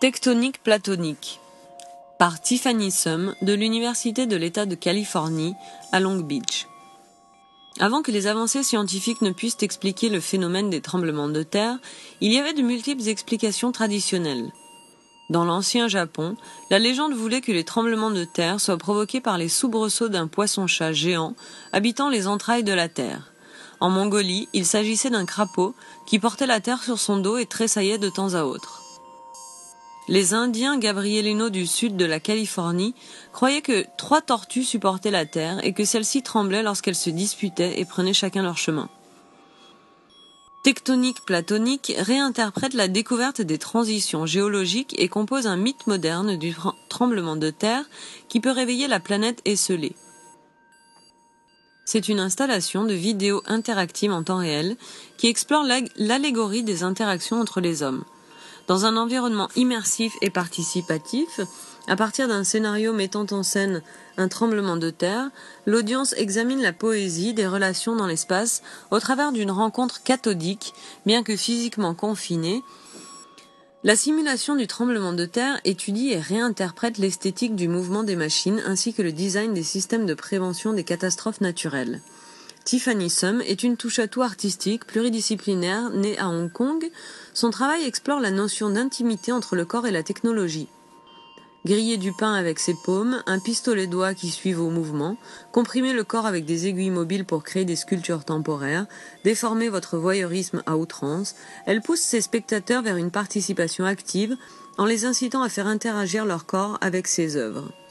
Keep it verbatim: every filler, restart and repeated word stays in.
Tectonique platonique par Tiffany Sum de l'Université de l'État de Californie à Long Beach. Avant que les avancées scientifiques ne puissent expliquer le phénomène des tremblements de terre, il y avait de multiples explications traditionnelles. Dans l'ancien Japon, la légende voulait que les tremblements de terre soient provoqués par les soubresauts d'un poisson-chat géant habitant les entrailles de la terre. En Mongolie, il s'agissait d'un crapaud qui portait la terre sur son dos et tressaillait de temps à autre. Les Indiens gabrielinos du sud de la Californie croyaient que trois tortues supportaient la terre et que celles-ci tremblaient lorsqu'elles se disputaient et prenaient chacun leur chemin. Tectonique platonique réinterprète la découverte des transitions géologiques et compose un mythe moderne du tremblement de terre qui peut réveiller la planète esselée. C'est une installation de vidéo interactive en temps réel qui explore l'allégorie des interactions entre les hommes. Dans un environnement immersif et participatif, à partir d'un scénario mettant en scène un tremblement de terre, l'audience examine la poésie des relations dans l'espace au travers d'une rencontre cathodique, bien que physiquement confinée. La simulation du tremblement de terre étudie et réinterprète l'esthétique du mouvement des machines ainsi que le design des systèmes de prévention des catastrophes naturelles. Tiffany Sum est une touche-à-tout artistique pluridisciplinaire née à Hong Kong. Son travail explore la notion d'intimité entre le corps et la technologie. Griller du pain avec ses paumes, un pistolet doigt qui suit vos mouvements, comprimer le corps avec des aiguilles mobiles pour créer des sculptures temporaires, déformer votre voyeurisme à outrance, elle pousse ses spectateurs vers une participation active en les incitant à faire interagir leur corps avec ses œuvres.